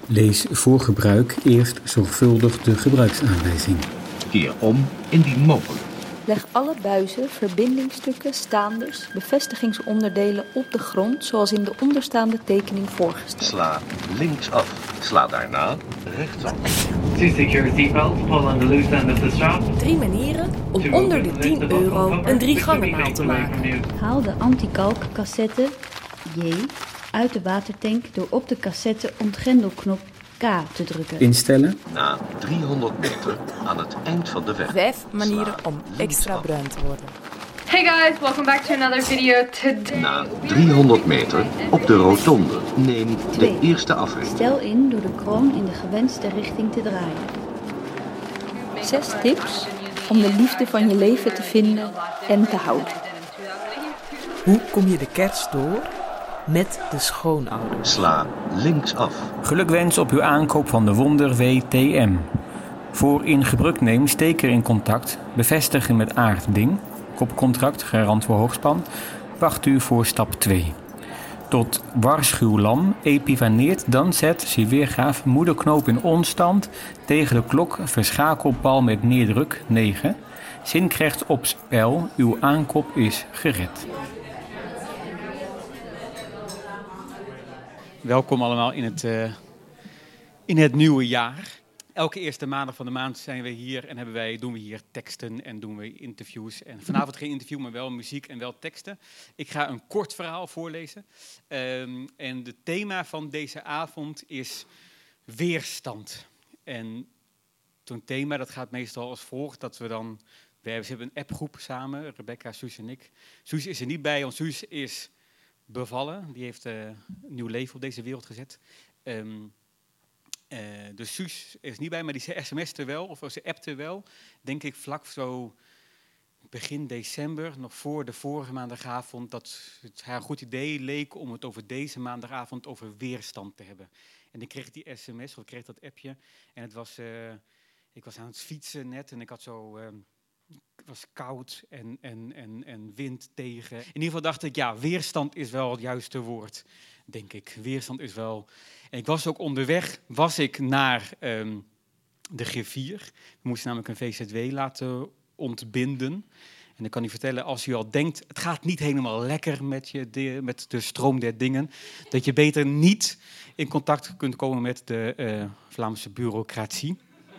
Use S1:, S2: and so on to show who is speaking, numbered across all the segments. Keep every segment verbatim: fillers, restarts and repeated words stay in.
S1: Lees voor gebruik eerst zorgvuldig de gebruiksaanwijzing.
S2: Keer om indien mogelijk.
S3: Leg alle buizen, verbindingstukken, staanders, bevestigingsonderdelen op de grond zoals in de onderstaande tekening voorgesteld.
S2: Sla linksaf. Sla daarna rechtsaf.
S4: To secure seatbelt, pull on the loose end of the strap.
S5: Drie manieren om onder de tien euro een drie gangen maal te maken.
S3: Haal de anti-kalk cassette J uit de watertank door op de cassette ontgrendelknop K te drukken.
S1: Instellen.
S2: Na driehonderd meter aan het eind van de weg.
S5: Vijf manieren om extra bruin te worden.
S6: Hey guys, welcome back to another video. Today
S2: Na driehonderd meter op de rotonde. Neem de eerste afrit.
S3: Stel in door de kroon in de gewenste richting te draaien. Zes tips om de liefde van je leven te vinden en te houden.
S5: Hoe kom je de kerst door? Met de schoonouders.
S2: Sla linksaf.
S1: Gelukwens op uw aankoop van de Wonder W T M. Voor in gebruik neem steker in contact, bevestigen met aardding, kopcontract, garant voor hoogspan, wacht u voor stap twee. Tot waarschuwlam epivaneert dan zet, zie weergaaf, moederknoop in onstand, tegen de klok, verschakelpal met neerdruk negen. Zinkrecht op spel, uw aankoop is gered.
S7: Welkom allemaal in het, uh, in het nieuwe jaar. Elke eerste maandag van de maand zijn we hier en hebben wij, doen we hier teksten en doen we interviews. En vanavond geen interview, maar wel muziek en wel teksten. Ik ga een kort verhaal voorlezen. Um, en het thema van deze avond is weerstand. En zo'n thema dat gaat meestal als volgt, dat we dan... We hebben een appgroep samen, Rebecca, Suus en ik. Suus is er niet bij, want Suus is... bevallen. Die heeft uh, een nieuw leven op deze wereld gezet. Um, uh, dus Suus is niet bij, maar die sms'te wel, of ze appte wel, denk ik vlak zo begin december, nog voor de vorige maandagavond, dat het haar een goed idee leek om het over deze maandagavond over weerstand te hebben. En ik kreeg die sms, of ik kreeg dat appje, en het was, uh, ik was aan het fietsen net en ik had zo... Uh, Het was koud en, en, en, en wind tegen. In ieder geval dacht ik, ja, weerstand is wel het juiste woord, denk ik. Weerstand is wel... En ik was ook onderweg, was ik naar um, de griffier. We moesten namelijk een V Z W laten ontbinden. En ik kan u vertellen, als u al denkt, het gaat niet helemaal lekker met, je, de, met de stroom der dingen, dat je beter niet in contact kunt komen met de uh, Vlaamse bureaucratie.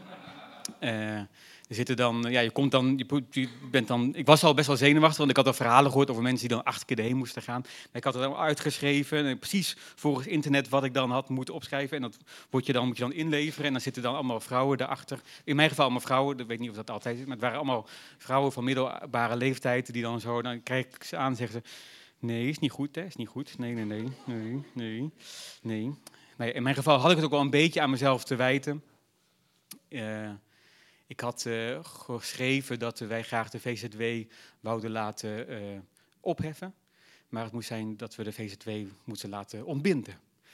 S7: Uh, Er zitten dan, ja, je komt dan, je bent dan, ik was al best wel zenuwachtig, want ik had al verhalen gehoord over mensen die dan acht keer erheen moesten gaan. Maar ik had het dan uitgeschreven, en precies volgens internet wat ik dan had moeten opschrijven. En dat moet je dan, moet je dan inleveren. En dan zitten dan allemaal vrouwen daarachter. In mijn geval allemaal vrouwen, ik weet niet of dat altijd is, maar het waren allemaal vrouwen van middelbare leeftijd die dan zo, dan krijg ik ze aan en zeggen ze, nee, is niet goed, hè, is niet goed. Nee, nee, nee, nee, nee, nee. Maar in mijn geval had ik het ook wel een beetje aan mezelf te wijten. Uh, Ik had uh, geschreven dat wij graag de V Z W wouden laten uh, opheffen. Maar het moest zijn dat we de V Z W moeten laten ontbinden.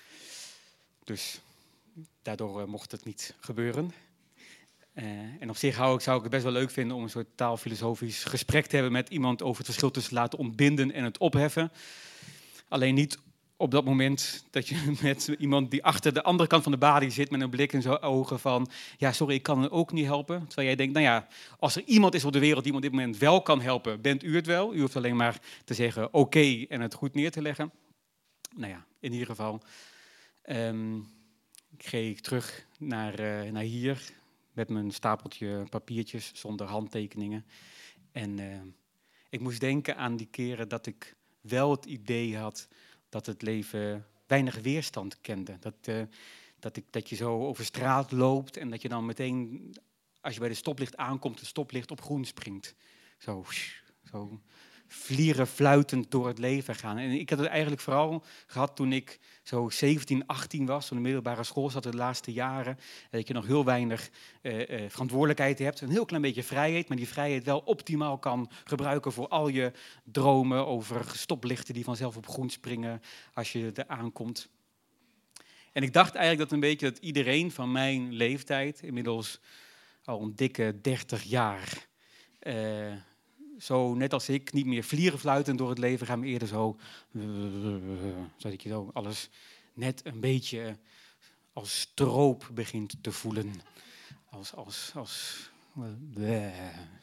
S7: Dus daardoor uh, mocht het niet gebeuren. Uh, en op zich hou ik, zou ik het best wel leuk vinden om een soort taalfilosofisch gesprek te hebben met iemand over het verschil tussen laten ontbinden en het opheffen. Alleen niet op dat moment dat je met iemand die achter de andere kant van de balie zit met een blik in zijn ogen van, ja, sorry, ik kan het ook niet helpen. Terwijl jij denkt, nou ja, als er iemand is op de wereld die me op dit moment wel kan helpen, bent u het wel. U hoeft alleen maar te zeggen oké okay, en het goed neer te leggen. Nou ja, in ieder geval um, ging ik terug naar, uh, naar hier met mijn stapeltje papiertjes zonder handtekeningen. En uh, ik moest denken aan die keren dat ik wel het idee had dat het leven weinig weerstand kende. Dat, uh, dat, ik, dat je zo over straat loopt en dat je dan meteen, als je bij de stoplicht aankomt, het stoplicht op groen springt. Zo, zo vlieren fluitend door het leven gaan. En ik had het eigenlijk vooral gehad toen ik zo zeventien, achttien was, van de middelbare school zat de laatste jaren, dat je nog heel weinig uh, uh, verantwoordelijkheid hebt, een heel klein beetje vrijheid, maar die vrijheid wel optimaal kan gebruiken voor al je dromen over stoplichten die vanzelf op groen springen als je er aankomt. En ik dacht eigenlijk dat een beetje dat iedereen van mijn leeftijd, inmiddels al een dikke dertig jaar, uh, zo net als ik, niet meer vlieren fluitend door het leven gaan, maar eerder zo, zodat je zo alles net een beetje als stroop begint te voelen. Als, als, als, bleh.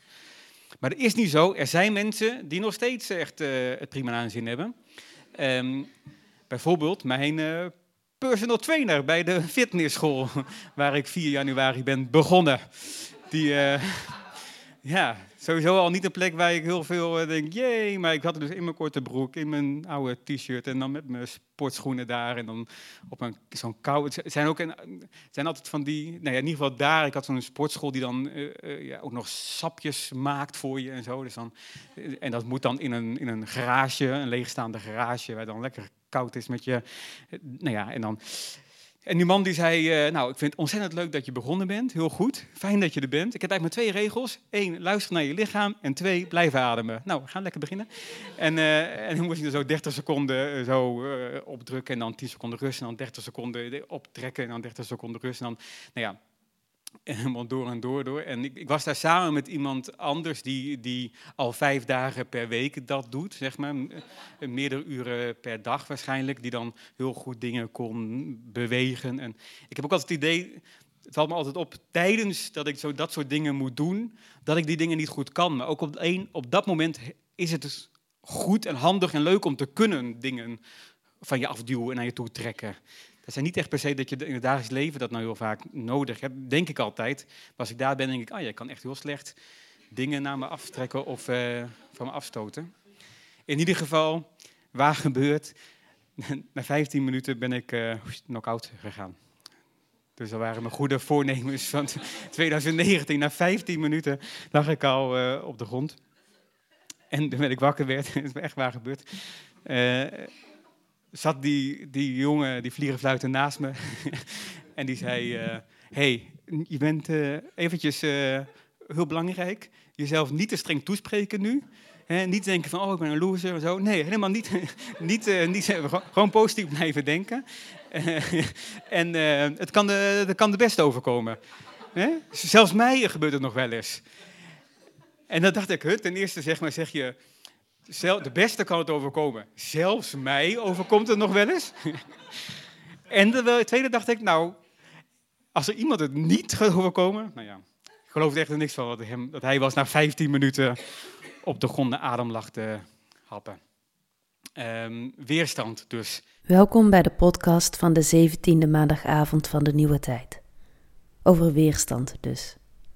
S7: Maar dat is niet zo. Er zijn mensen die nog steeds echt uh, het prima naar hun zin hebben. Um, bijvoorbeeld mijn uh, personal trainer bij de fitnessschool, waar ik vier januari ben begonnen. Die, uh, ja, sowieso al niet een plek waar ik heel veel uh, denk, jee, maar ik had het dus in mijn korte broek, in mijn oude t-shirt en dan met mijn sportschoenen daar en dan op een, zo'n kou. Het zijn ook een, het zijn altijd van die, nou ja, in ieder geval daar, ik had zo'n sportschool die dan uh, uh, ja, ook nog sapjes maakt voor je en zo. Dus dan, uh, en dat moet dan in een, in een garage, een leegstaande garage, waar dan lekker koud is met je, uh, nou ja, en dan... En die man die zei, uh, nou, ik vind het ontzettend leuk dat je begonnen bent. Heel goed, fijn dat je er bent. Ik heb eigenlijk maar twee regels. Eén, luister naar je lichaam. En twee, blijf ademen. Nou, we gaan lekker beginnen. En, uh, en dan moest je er zo dertig seconden zo uh, opdrukken. En dan tien seconden rust. En dan dertig seconden optrekken. En dan dertig seconden rust. En dan, nou ja, helemaal door en door. door. En ik, ik was daar samen met iemand anders die, die al vijf dagen per week dat doet, zeg maar. Meerdere uren per dag waarschijnlijk, die dan heel goed dingen kon bewegen. En ik heb ook altijd het idee, het valt me altijd op, tijdens dat ik zo dat soort dingen moet doen, dat ik die dingen niet goed kan. Maar ook op, een, op dat moment is het dus goed en handig en leuk om te kunnen dingen van je afduwen en naar je toe trekken. Het zijn niet echt per se dat je in het dagelijks leven dat nou heel vaak nodig hebt, denk ik altijd. Maar als ik daar ben, denk ik, ah, je kan echt heel slecht dingen naar me aftrekken of uh, van me afstoten. In ieder geval, waar gebeurt, na vijftien minuten ben ik uh, knock-out gegaan. Dus dat waren mijn goede voornemens van twintig negentien. Na vijftien minuten lag ik al uh, op de grond. En toen ben ik wakker werd, het is echt waar gebeurd. Uh, zat die, die jongen, die vlierenfluiter naast me. En die zei, uh, hey, je bent uh, eventjes uh, heel belangrijk. Jezelf niet te streng toespreken nu. He, niet denken van, oh, ik ben een loser of zo. Nee, helemaal niet. niet, uh, niet gewoon positief blijven denken. Uh, en uh, het kan de, het kan de beste overkomen. He? Zelfs mij gebeurt het nog wel eens. En dan dacht ik, huh, ten eerste zeg maar, zeg je... De beste kan het overkomen. Zelfs mij overkomt het nog wel eens. En de tweede dacht ik, nou, als er iemand het niet gaat overkomen... Nou ja, ik geloof er echt niks van dat, hem, dat hij was na vijftien minuten op de grond de adem lag te happen. Um, weerstand dus.
S8: Welkom bij de podcast van de zeventiende maandagavond van de Nieuwe Tijd. Over weerstand dus.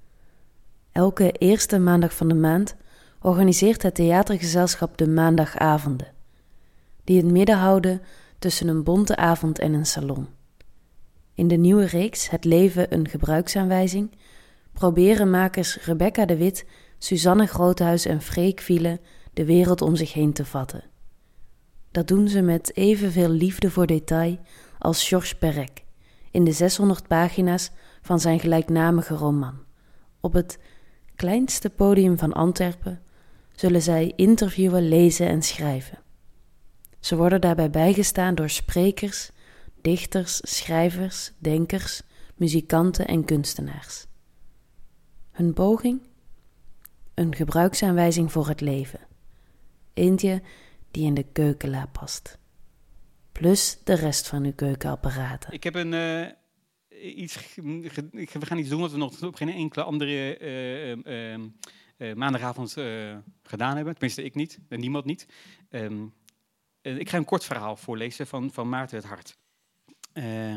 S8: Elke eerste maandag van de maand organiseert het theatergezelschap de maandagavonden, die het midden houden tussen een bonte avond en een salon. In de nieuwe reeks Het leven een gebruiksaanwijzing proberen makers Rebecca de Wit, Suzanne Groothuis en Freek Viele de wereld om zich heen te vatten. Dat doen ze met evenveel liefde voor detail als Georges Perec in de zeshonderd pagina's van zijn gelijknamige roman. Op het kleinste podium van Antwerpen zullen zij interviewen, lezen en schrijven. Ze worden daarbij bijgestaan door sprekers, dichters, schrijvers, denkers, muzikanten en kunstenaars. Hun poging? Een gebruiksaanwijzing voor het leven. Eentje die in de keukenla past. Plus de rest van uw keukenapparaten.
S7: Ik heb een... Uh... Iets, we gaan iets doen wat we nog op geen enkele andere uh, uh, uh, maandagavond uh, gedaan hebben. Tenminste, ik niet. En niemand niet. Um, uh, ik ga een kort verhaal voorlezen van, van Maarten het Hart. Uh,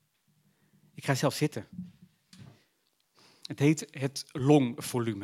S7: ik ga zelf zitten. Het heet het longvolume.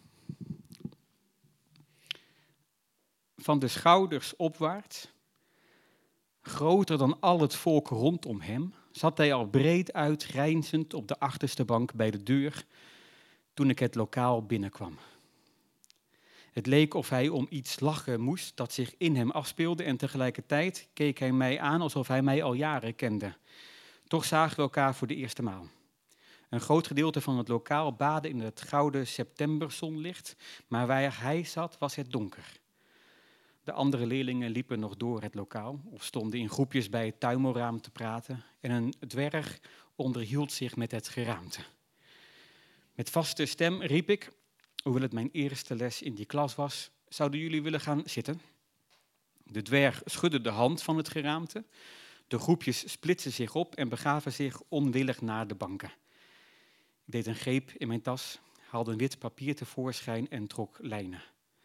S7: Van de schouders opwaarts, groter dan al het volk rondom hem, zat hij al breed uit, grijnzend op de achterste bank bij de deur toen ik het lokaal binnenkwam. Het leek of hij om iets lachen moest dat zich in hem afspeelde en tegelijkertijd keek hij mij aan alsof hij mij al jaren kende. Toch zagen we elkaar voor de eerste maal. Een groot gedeelte van het lokaal baadde in het gouden septemberzonlicht, maar waar hij zat was het donker. De andere leerlingen liepen nog door het lokaal of stonden in groepjes bij het tuimelraam te praten en een dwerg onderhield zich met het geraamte. Met vaste stem riep ik, hoewel het mijn eerste les in die klas was, zouden jullie willen gaan zitten? De dwerg schudde de hand van het geraamte, De groepjes splitsten zich op en begaven zich onwillig naar de banken. Ik deed een greep in mijn tas, haalde een wit papier tevoorschijn en trok lijnen.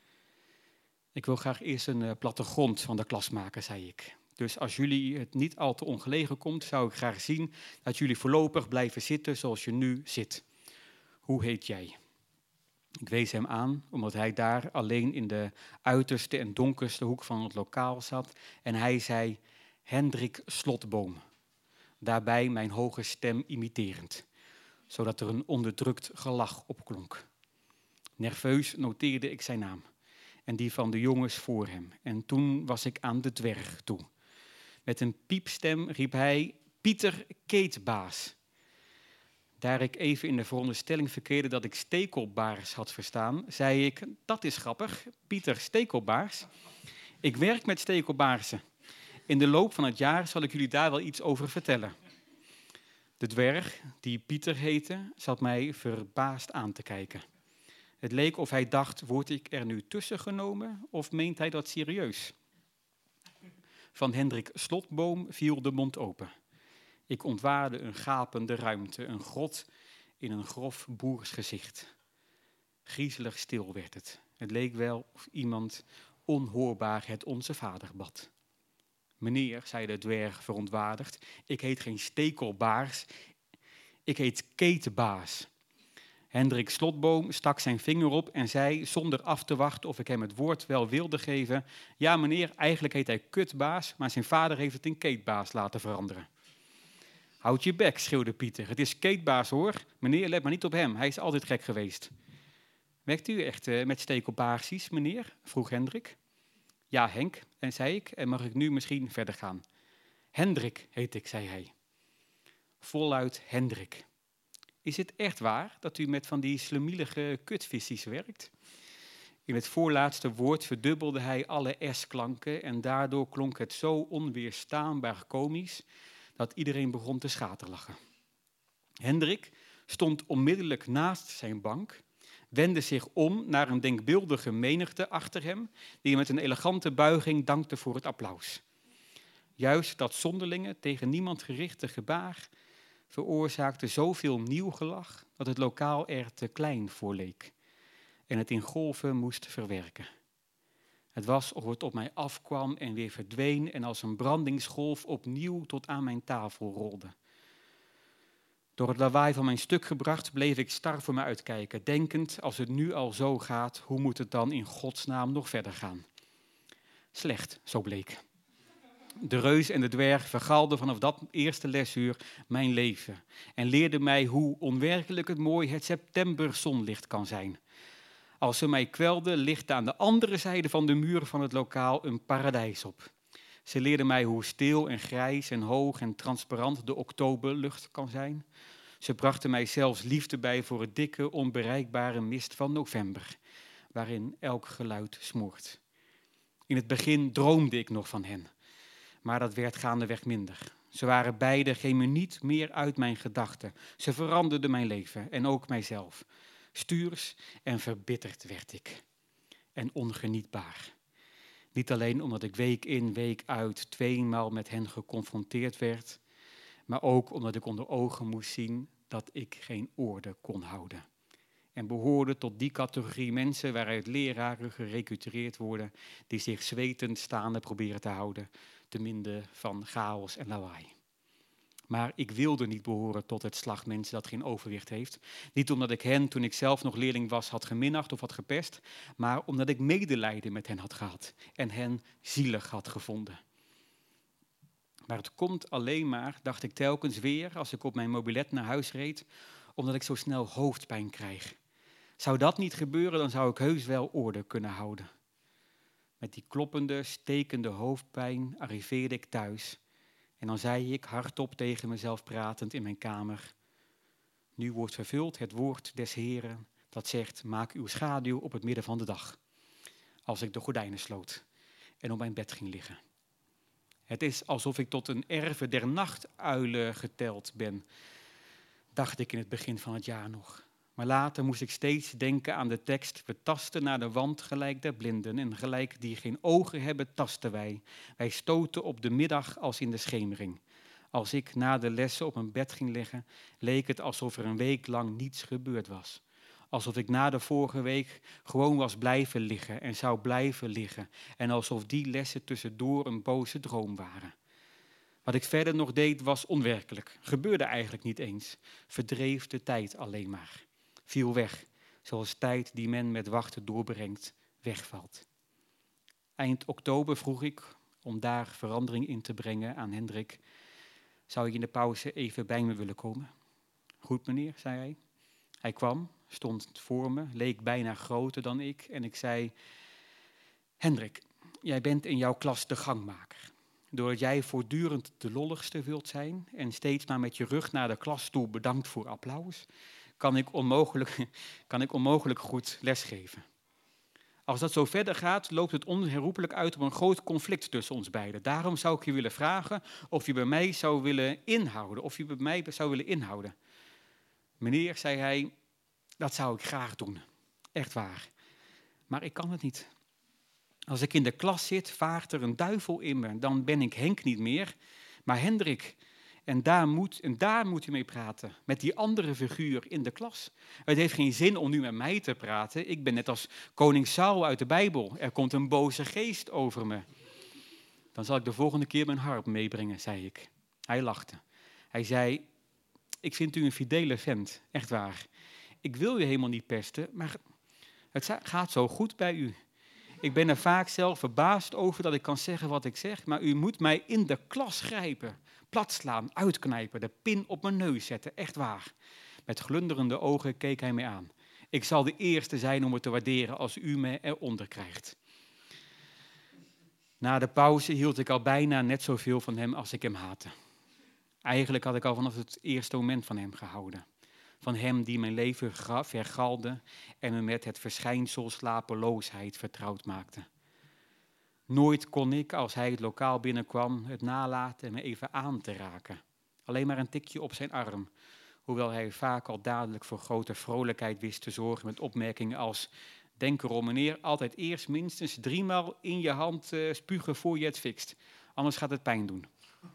S7: Ik wil graag eerst een uh, plattegrond van de klas maken, zei ik. Dus als jullie het niet al te ongelegen komt, zou ik graag zien dat jullie voorlopig blijven zitten zoals je nu zit. Hoe heet jij? Ik wees hem aan, omdat hij daar alleen in de uiterste en donkerste hoek van het lokaal zat. En hij zei, Hendrik Slotboom. Daarbij mijn hoge stem imiterend, zodat er een onderdrukt gelach opklonk. Nerveus noteerde ik zijn naam en die van de jongens voor hem. En toen was ik aan de dwerg toe. Met een piepstem riep hij, Pieter Keetbaas. Daar ik even in de veronderstelling verkeerde dat ik stekelbaars had verstaan, zei ik, dat is grappig, Pieter Stekelbaars. Ik werk met stekelbaarsen. In de loop van het jaar zal ik jullie daar wel iets over vertellen. De dwerg, die Pieter heette, zat mij verbaasd aan te kijken. Het leek of hij dacht, word ik er nu tussen genomen of meent hij dat serieus? Van Hendrik Slotboom viel de mond open. Ik ontwaarde een gapende ruimte, een grot in een grof boersgezicht. Griezelig stil werd het. Het leek wel of iemand onhoorbaar het Onze Vader bad. Meneer, zei de dwerg verontwaardigd, ik heet geen stekelbaars, ik heet Keetbaas. Hendrik Slotboom stak zijn vinger op en zei, zonder af te wachten of ik hem het woord wel wilde geven, ja meneer, eigenlijk heet hij Kutbaas, maar zijn vader heeft het in Keetbaas laten veranderen. Houd je bek, schreeuwde Pieter. Het is Keetbaas hoor. Meneer, let maar niet op hem. Hij is altijd gek geweest. Werkt u echt uh, met stekelbaarsies, meneer? Vroeg Hendrik. Ja, Henk, en zei ik. En mag ik nu misschien verder gaan? Hendrik heet ik, zei hij. Voluit Hendrik. Is het echt waar dat u met van die slemielige kutvissies werkt? In het voorlaatste woord verdubbelde hij alle S-klanken en daardoor klonk het zo onweerstaanbaar komisch dat iedereen begon te schaterlachen. Hendrik stond onmiddellijk naast zijn bank, wendde zich om naar een denkbeeldige menigte achter hem, die met een elegante buiging dankte voor het applaus. Juist dat zonderlinge, tegen niemand gerichte gebaar veroorzaakte zoveel nieuw gelach dat het lokaal er te klein voor leek en het in golven moest verwerken. Het was of het op mij afkwam en weer verdween en als een brandingsgolf opnieuw tot aan mijn tafel rolde. Door het lawaai van mijn stuk gebracht bleef ik star voor me uitkijken, denkend, als het nu al zo gaat, hoe moet het dan in godsnaam nog verder gaan? Slecht, zo bleek. De reus en de dwerg vergalden vanaf dat eerste lesuur mijn leven en leerden mij hoe onwerkelijk het mooi het septemberzonlicht kan zijn. Als ze mij kwelden, lichtte aan de andere zijde van de muur van het lokaal een paradijs op. Ze leerden mij hoe stil en grijs en hoog en transparant de oktoberlucht kan zijn. Ze brachten mij zelfs liefde bij voor het dikke, onbereikbare mist van november, waarin elk geluid smoort. In het begin droomde ik nog van hen, maar dat werd gaandeweg minder. Ze waren beide geen minuut meer uit mijn gedachten. Ze veranderden mijn leven en ook mijzelf. Stuurs en verbitterd werd ik. En ongenietbaar. Niet alleen omdat ik week in, week uit tweemaal met hen geconfronteerd werd, maar ook omdat ik onder ogen moest zien dat ik geen orde kon houden. En behoorde tot die categorie mensen waaruit leraren gerecruteerd worden die zich zwetend staande proberen te houden, te minder van chaos en lawaai. Maar ik wilde niet behoren tot het slag mensen dat geen overwicht heeft. Niet omdat ik hen, toen ik zelf nog leerling was, had geminacht of had gepest, maar omdat ik medelijden met hen had gehad en hen zielig had gevonden. Maar het komt alleen maar, dacht ik telkens weer, als ik op mijn mobilet naar huis reed, omdat ik zo snel hoofdpijn krijg. Zou dat niet gebeuren, dan zou ik heus wel orde kunnen houden. Met die kloppende, stekende hoofdpijn arriveerde ik thuis. En dan zei ik hardop tegen mezelf pratend in mijn kamer: nu wordt vervuld het woord des Heren dat zegt, maak uw schaduw op het midden van de dag. Als ik de gordijnen sloot en op mijn bed ging liggen. Het is alsof ik tot een erve der nachtuilen geteld ben, dacht ik in het begin van het jaar nog. Maar later moest ik steeds denken aan de tekst: we tasten naar de wand gelijk der blinden en gelijk die geen ogen hebben tasten wij. Wij stoten op de middag als in de schemering. Als ik na de lessen op mijn bed ging liggen, leek het alsof er een week lang niets gebeurd was. Alsof ik na de vorige week gewoon was blijven liggen en zou blijven liggen. En alsof die lessen tussendoor een boze droom waren. Wat ik verder nog deed was onwerkelijk. Gebeurde eigenlijk niet eens. Verdreef de tijd alleen maar. Viel weg, zoals tijd die men met wachten doorbrengt, wegvalt. Eind oktober vroeg ik, om daar verandering in te brengen aan Hendrik: zou je in de pauze even bij me willen komen? Goed meneer, zei hij. Hij kwam, stond voor me, leek bijna groter dan ik en ik zei: Hendrik, jij bent in jouw klas de gangmaker. Doordat jij voortdurend de lolligste wilt zijn en steeds maar met je rug naar de klasstoel bedankt voor applaus, kan ik onmogelijk, kan ik onmogelijk goed lesgeven. Als dat zo verder gaat, loopt het onherroepelijk uit op een groot conflict tussen ons beiden. Daarom zou ik je willen vragen of je bij mij zou willen inhouden, of je bij mij zou willen inhouden. Meneer, zei hij, dat zou ik graag doen. Echt waar. Maar ik kan het niet. Als ik in de klas zit, vaart er een duivel in me. Dan ben ik Henk niet meer, maar Hendrik. En daar moet, en daar moet u mee praten, met die andere figuur in de klas. Het heeft geen zin om nu met mij te praten. Ik ben net als koning Saul uit de Bijbel. Er komt een boze geest over me. Dan zal ik de volgende keer mijn harp meebrengen, zei ik. Hij lachte. Hij zei: ik vind u een fidele vent, echt waar. Ik wil u helemaal niet pesten, maar het gaat zo goed bij u. Ik ben er vaak zelf verbaasd over dat ik kan zeggen wat ik zeg, maar u moet mij in de klas grijpen, platslaan, uitknijpen, de pin op mijn neus zetten, echt waar. Met glunderende ogen keek hij mij aan. Ik zal de eerste zijn om het te waarderen als u me eronder krijgt. Na de pauze hield ik al bijna net zoveel van hem als ik hem haatte. Eigenlijk had ik al vanaf het eerste moment van hem gehouden. Van hem die mijn leven vergalde en me met het verschijnsel slapeloosheid vertrouwd maakte. Nooit kon ik, als hij het lokaal binnenkwam, het nalaten me even aan te raken. Alleen maar een tikje op zijn arm, hoewel hij vaak al dadelijk voor grote vrolijkheid wist te zorgen met opmerkingen als: denk erom meneer, altijd eerst minstens driemaal in je hand uh, spugen voor je het fixt, anders gaat het pijn doen.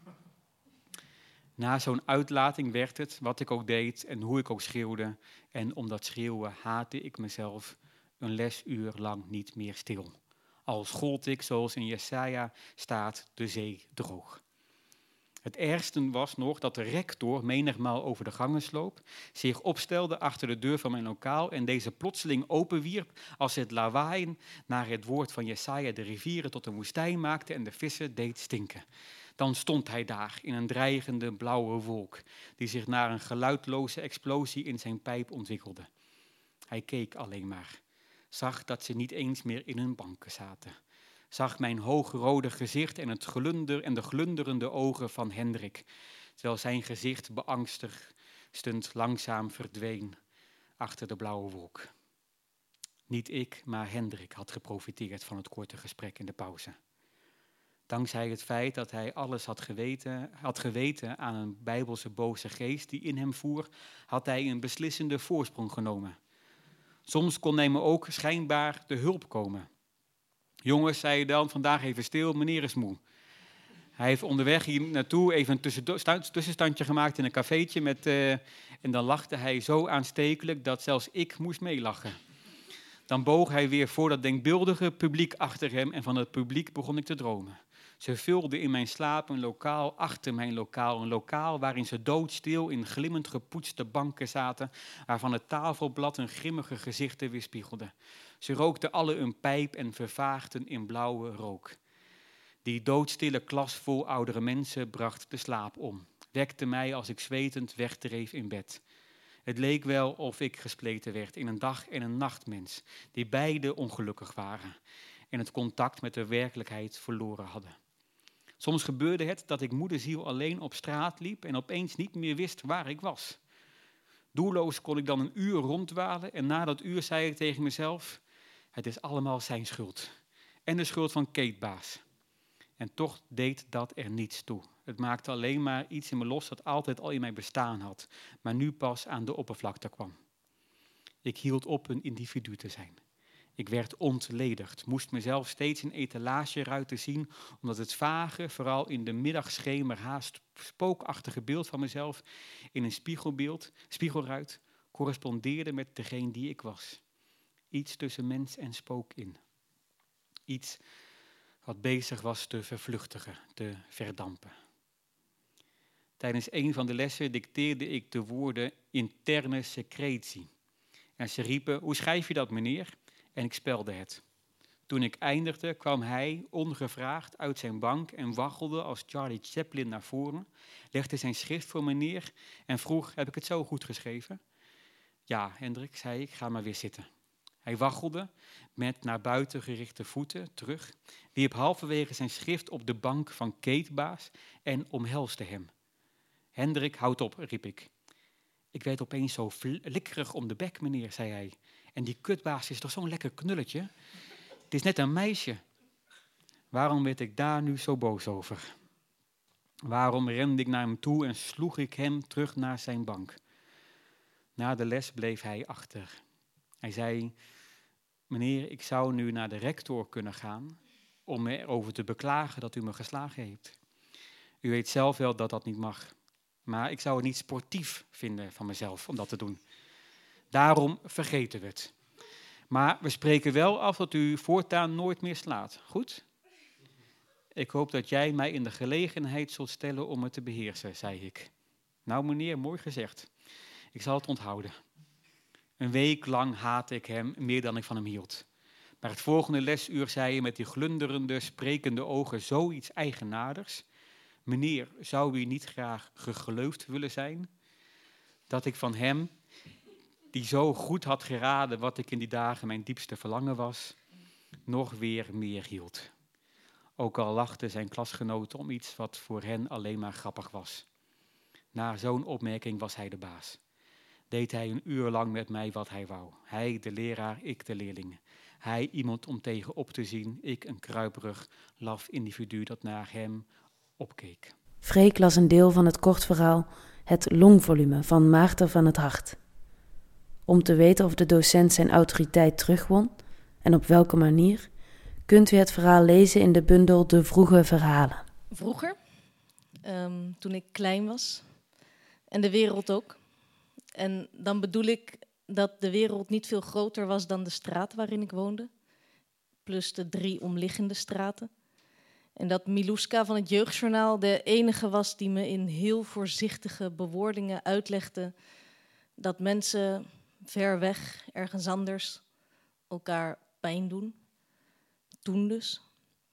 S7: Na zo'n uitlating werd het, wat ik ook deed en hoe ik ook schreeuwde, en om dat schreeuwen haatte ik mezelf, een lesuur lang niet meer stil. Al schold ik, zoals in Jesaja staat, de zee droog. Het ergste was nog dat de rector menigmaal over de gangen sloop, zich opstelde achter de deur van mijn lokaal en deze plotseling openwierp als het lawaai naar het woord van Jesaja de rivieren tot een woestijn maakte en de vissen deed stinken. Dan stond hij daar in een dreigende blauwe wolk, die zich naar een geluidloze explosie in zijn pijp ontwikkelde. Hij keek alleen maar, zag dat ze niet eens meer in hun banken zaten. Zag mijn hoogrode gezicht en het glunder en de glunderende ogen van Hendrik, terwijl zijn gezicht beangstigend langzaam verdween achter de blauwe wolk. Niet ik, maar Hendrik had geprofiteerd van het korte gesprek in de pauze. Dankzij het feit dat hij alles had geweten, had geweten aan een bijbelse boze geest die in hem voer, had hij een beslissende voorsprong genomen. Soms kon hij me ook schijnbaar te hulp komen. Jongens, zei hij dan, vandaag even stil, meneer is moe. Hij heeft onderweg hier naartoe even een tussenstandje gemaakt in een cafeetje. Met, uh, en dan lachte hij zo aanstekelijk dat zelfs ik moest meelachen. Dan boog hij weer voor dat denkbeeldige publiek achter hem en van het publiek begon ik te dromen. Ze vulden in mijn slaap een lokaal achter mijn lokaal. Een lokaal waarin ze doodstil in glimmend gepoetste banken zaten, waarvan het tafelblad hun grimmige gezichten weerspiegelde. Ze rookten alle een pijp en vervaagden in blauwe rook. Die doodstille klas vol oudere mensen bracht de slaap om. Wekte mij als ik zwetend wegdreef in bed. Het leek wel of ik gespleten werd in een dag- en een nachtmens, die beide ongelukkig waren en het contact met de werkelijkheid verloren hadden. Soms gebeurde het dat ik moederziel alleen op straat liep en opeens niet meer wist waar ik was. Doelloos kon ik dan een uur ronddwalen en na dat uur zei ik tegen mezelf: het is allemaal zijn schuld. En de schuld van Kate Baas. En toch deed dat er niets toe. Het maakte alleen maar iets in me los dat altijd al in mijn bestaan had, maar nu pas aan de oppervlakte kwam. Ik hield op een individu te zijn. Ik werd ontledigd, moest mezelf steeds in etalageruiten zien, omdat het vage, vooral in de middagschemer haast spookachtige beeld van mezelf in een spiegelbeeld, spiegelruit, correspondeerde met degene die ik was. Iets tussen mens en spook in. Iets wat bezig was te vervluchtigen, te verdampen. Tijdens een van de lessen dicteerde ik de woorden interne secretie. En ze riepen, hoe schrijf je dat, meneer? En ik spelde het. Toen ik eindigde, kwam hij ongevraagd uit zijn bank en waggelde als Charlie Chaplin naar voren, legde zijn schrift voor me neer en vroeg, heb ik het zo goed geschreven? Ja, Hendrik, zei ik, ga maar weer zitten. Hij waggelde met naar buiten gerichte voeten terug, wierp halverwege zijn schrift op de bank van Keetbaas en omhelste hem. Hendrik, houd op, riep ik. Ik werd opeens zo flikkerig om de bek, meneer, zei hij. En die kutbaas is toch zo'n lekker knulletje? Het is net een meisje. Waarom werd ik daar nu zo boos over? Waarom rende ik naar hem toe en sloeg ik hem terug naar zijn bank? Na de les bleef hij achter. Hij zei, meneer, ik zou nu naar de rector kunnen gaan om me erover te beklagen dat u me geslagen heeft. U weet zelf wel dat dat niet mag. Maar ik zou het niet sportief vinden van mezelf om dat te doen. Daarom vergeten we het. Maar we spreken wel af dat u voortaan nooit meer slaat. Goed? Ik hoop dat jij mij in de gelegenheid zult stellen om het te beheersen, zei ik. Nou meneer, mooi gezegd. Ik zal het onthouden. Een week lang haatte ik hem meer dan ik van hem hield. Maar het volgende lesuur zei hij met die glunderende, sprekende ogen zoiets eigenaardigs. Meneer, zou u niet graag gegleufd willen zijn? Dat ik van hem, die zo goed had geraden wat ik in die dagen mijn diepste verlangen was, nog weer meer hield. Ook al lachten zijn klasgenoten om iets wat voor hen alleen maar grappig was. Na zo'n opmerking was hij de baas. Deed hij een uur lang met mij wat hij wou. Hij de leraar, ik de leerling. Hij iemand om tegen op te zien, ik een kruiperig, laf individu dat naar hem opkeek.
S8: Freek las een deel van het kort verhaal Het longvolume van Maarten van het Hart. Om te weten of de docent zijn autoriteit terugwon en op welke manier, kunt u het verhaal lezen in de bundel De Vroege Verhalen.
S9: Vroeger, um, toen ik klein was, en de wereld ook. En dan bedoel ik dat de wereld niet veel groter was dan de straat waarin ik woonde, plus de drie omliggende straten. En dat Miluska van het Jeugdjournaal de enige was die me in heel voorzichtige bewoordingen uitlegde dat mensen ver weg, ergens anders, elkaar pijn doen. Toen dus.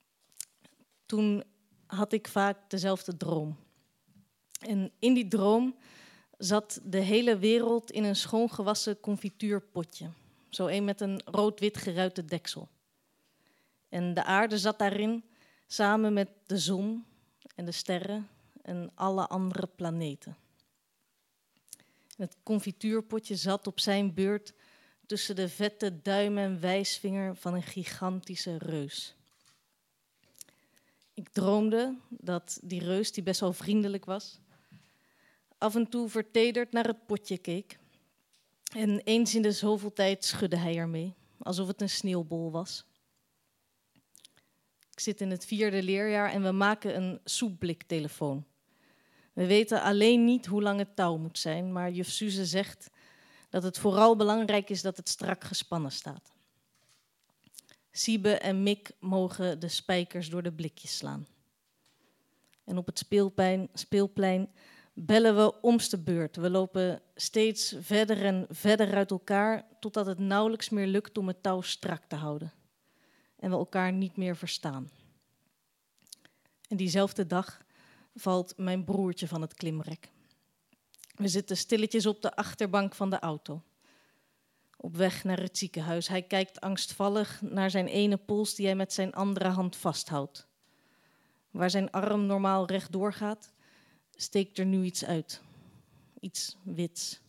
S9: Toen had ik vaak dezelfde droom. En in die droom zat de hele wereld in een schoongewassen confituurpotje. Zo een met een rood-wit geruite deksel. En de aarde zat daarin samen met de zon en de sterren en alle andere planeten. En het confituurpotje zat op zijn beurt tussen de vette duim en wijsvinger van een gigantische reus. Ik droomde dat die reus, die best wel vriendelijk was, af en toe vertederd naar het potje keek. En eens in de zoveel tijd schudde hij ermee, alsof het een sneeuwbol was. Ik zit in het vierde leerjaar en we maken een soepbliktelefoon. We weten alleen niet hoe lang het touw moet zijn, maar juf Suze zegt dat het vooral belangrijk is dat het strak gespannen staat. Siebe en Mick mogen de spijkers door de blikjes slaan. En op het speelplein, speelplein bellen we omste beurt. We lopen steeds verder en verder uit elkaar, totdat het nauwelijks meer lukt om het touw strak te houden. En we elkaar niet meer verstaan. En diezelfde dag valt mijn broertje van het klimrek. We zitten stilletjes op de achterbank van de auto. Op weg naar het ziekenhuis. Hij kijkt angstvallig naar zijn ene pols die hij met zijn andere hand vasthoudt. Waar zijn arm normaal rechtdoor gaat, steekt er nu iets uit. Iets wits.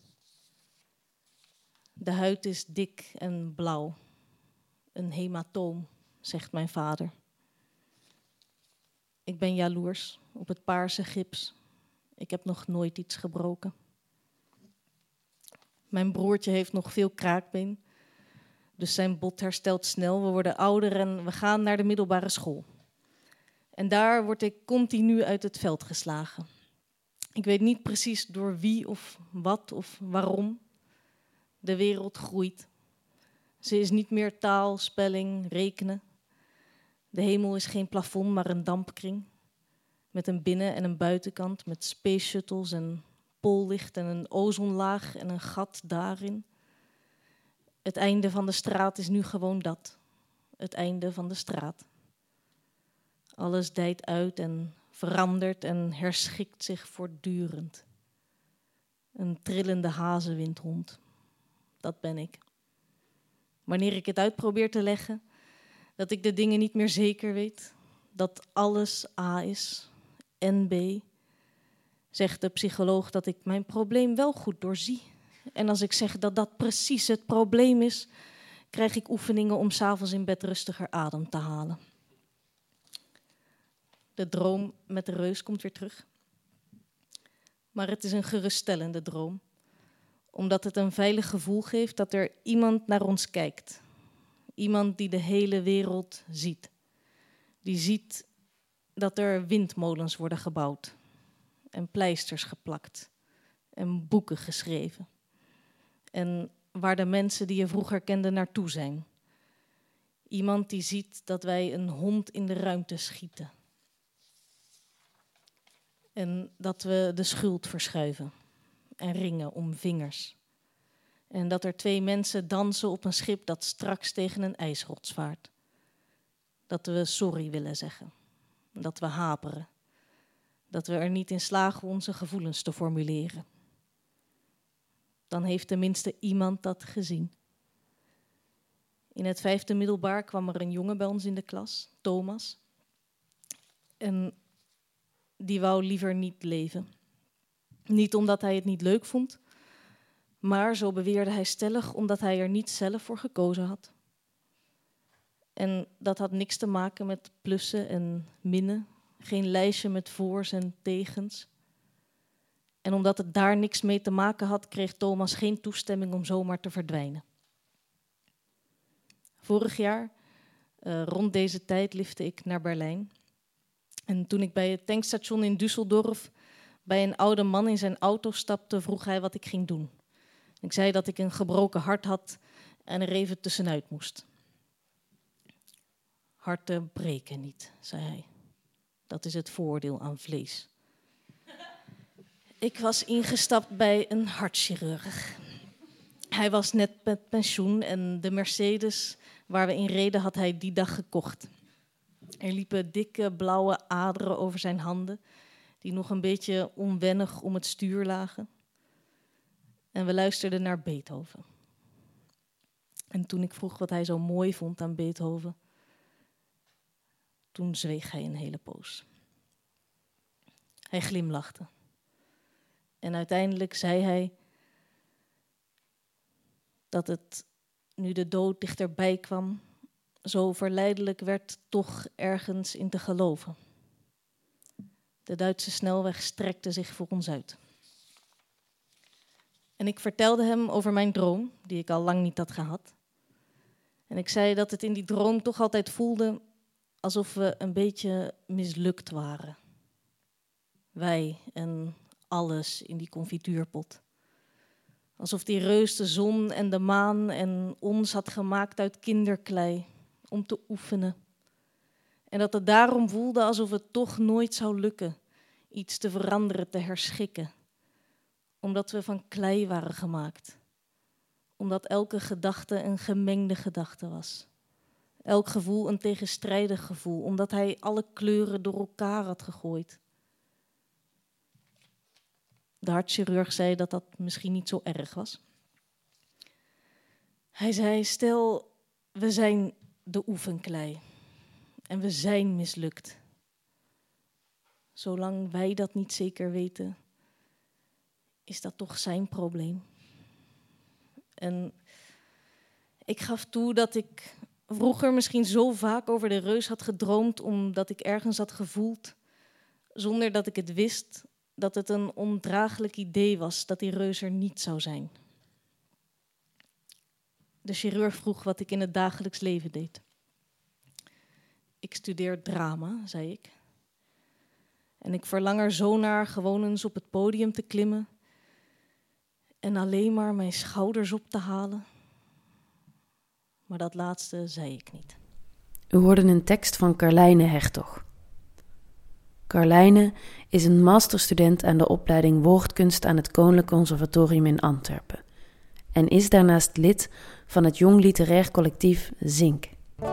S9: De huid is dik en blauw. Een hematoom, zegt mijn vader. Ik ben jaloers op het paarse gips. Ik heb nog nooit iets gebroken. Mijn broertje heeft nog veel kraakbeen, dus zijn bot herstelt snel. We worden ouder en we gaan naar de middelbare school. En daar word ik continu uit het veld geslagen. Ik weet niet precies door wie of wat of waarom. De wereld groeit. Ze is niet meer taal, spelling, rekenen. De hemel is geen plafond, maar een dampkring. Met een binnen- en een buitenkant, met space shuttles en poollicht en een ozonlaag en een gat daarin. Het einde van de straat is nu gewoon dat. Het einde van de straat. Alles dijt uit en verandert en herschikt zich voortdurend. Een trillende hazenwindhond. Dat ben ik. Wanneer ik het uit probeer te leggen, dat ik de dingen niet meer zeker weet, dat alles A is en B, zegt de psycholoog dat ik mijn probleem wel goed doorzie. En als ik zeg dat dat precies het probleem is, krijg ik oefeningen om 's avonds in bed rustiger adem te halen. De droom met de reus komt weer terug. Maar het is een geruststellende droom, omdat het een veilig gevoel geeft dat er iemand naar ons kijkt. Iemand die de hele wereld ziet. Die ziet dat er windmolens worden gebouwd en pleisters geplakt en boeken geschreven. En waar de mensen die je vroeger kende naartoe zijn. Iemand die ziet dat wij een hond in de ruimte schieten. En dat we de schuld verschuiven en ringen om vingers. En dat er twee mensen dansen op een schip dat straks tegen een ijsrots vaart. Dat we sorry willen zeggen. Dat we haperen. Dat we er niet in slagen onze gevoelens te formuleren. Dan heeft tenminste iemand dat gezien. In het vijfde middelbaar kwam er een jongen bij ons in de klas, Thomas. En die wou liever niet leven. Niet omdat hij het niet leuk vond, maar, zo beweerde hij stellig, omdat hij er niet zelf voor gekozen had. En dat had niks te maken met plussen en minnen, geen lijstje met voors en tegens. En omdat het daar niks mee te maken had, kreeg Thomas geen toestemming om zomaar te verdwijnen. Vorig jaar, uh, rond deze tijd, lifte ik naar Berlijn. En toen ik bij het tankstation in Düsseldorf bij een oude man in zijn auto stapte, vroeg hij wat ik ging doen. Ik zei dat ik een gebroken hart had en er even tussenuit moest. Harten breken niet, zei hij. Dat is het voordeel aan vlees. Ik was ingestapt bij een hartchirurg. Hij was net met pensioen en de Mercedes waar we in reden had hij die dag gekocht. Er liepen dikke blauwe aderen over zijn handen, die nog een beetje onwennig om het stuur lagen. En we luisterden naar Beethoven. En toen ik vroeg wat hij zo mooi vond aan Beethoven, toen zweeg hij een hele poos. Hij glimlachte. En uiteindelijk zei hij dat het, nu de dood dichterbij kwam, zo verleidelijk werd toch ergens in te geloven. De Duitse snelweg strekte zich voor ons uit. En ik vertelde hem over mijn droom, die ik al lang niet had gehad. En ik zei dat het in die droom toch altijd voelde alsof we een beetje mislukt waren. Wij en alles in die confituurpot. Alsof die reus de zon en de maan en ons had gemaakt uit kinderklei om te oefenen. En dat het daarom voelde alsof het toch nooit zou lukken iets te veranderen, te herschikken. Omdat we van klei waren gemaakt. Omdat elke gedachte een gemengde gedachte was. Elk gevoel een tegenstrijdig gevoel, omdat hij alle kleuren door elkaar had gegooid. De hartchirurg zei dat dat misschien niet zo erg was. Hij zei, stel, we zijn de oefenklei en we zijn mislukt. Zolang wij dat niet zeker weten, is dat toch zijn probleem. En ik gaf toe dat ik vroeger misschien zo vaak over de reus had gedroomd, omdat ik ergens had gevoeld, zonder dat ik het wist, dat het een ondraaglijk idee was dat die reus er niet zou zijn. de chirurg vroeg wat ik in het dagelijks leven deed. Ik studeer drama, zei ik. En ik verlang er zo naar gewoon eens op het podium te klimmen en alleen maar mijn schouders op te halen. Maar dat laatste zei ik niet.
S8: U hoorde een tekst van Carlijne Hertog. Carlijne is een masterstudent aan de opleiding Woordkunst aan het Koninklijk Conservatorium in Antwerpen en is daarnaast lid van het jong literair collectief Zink.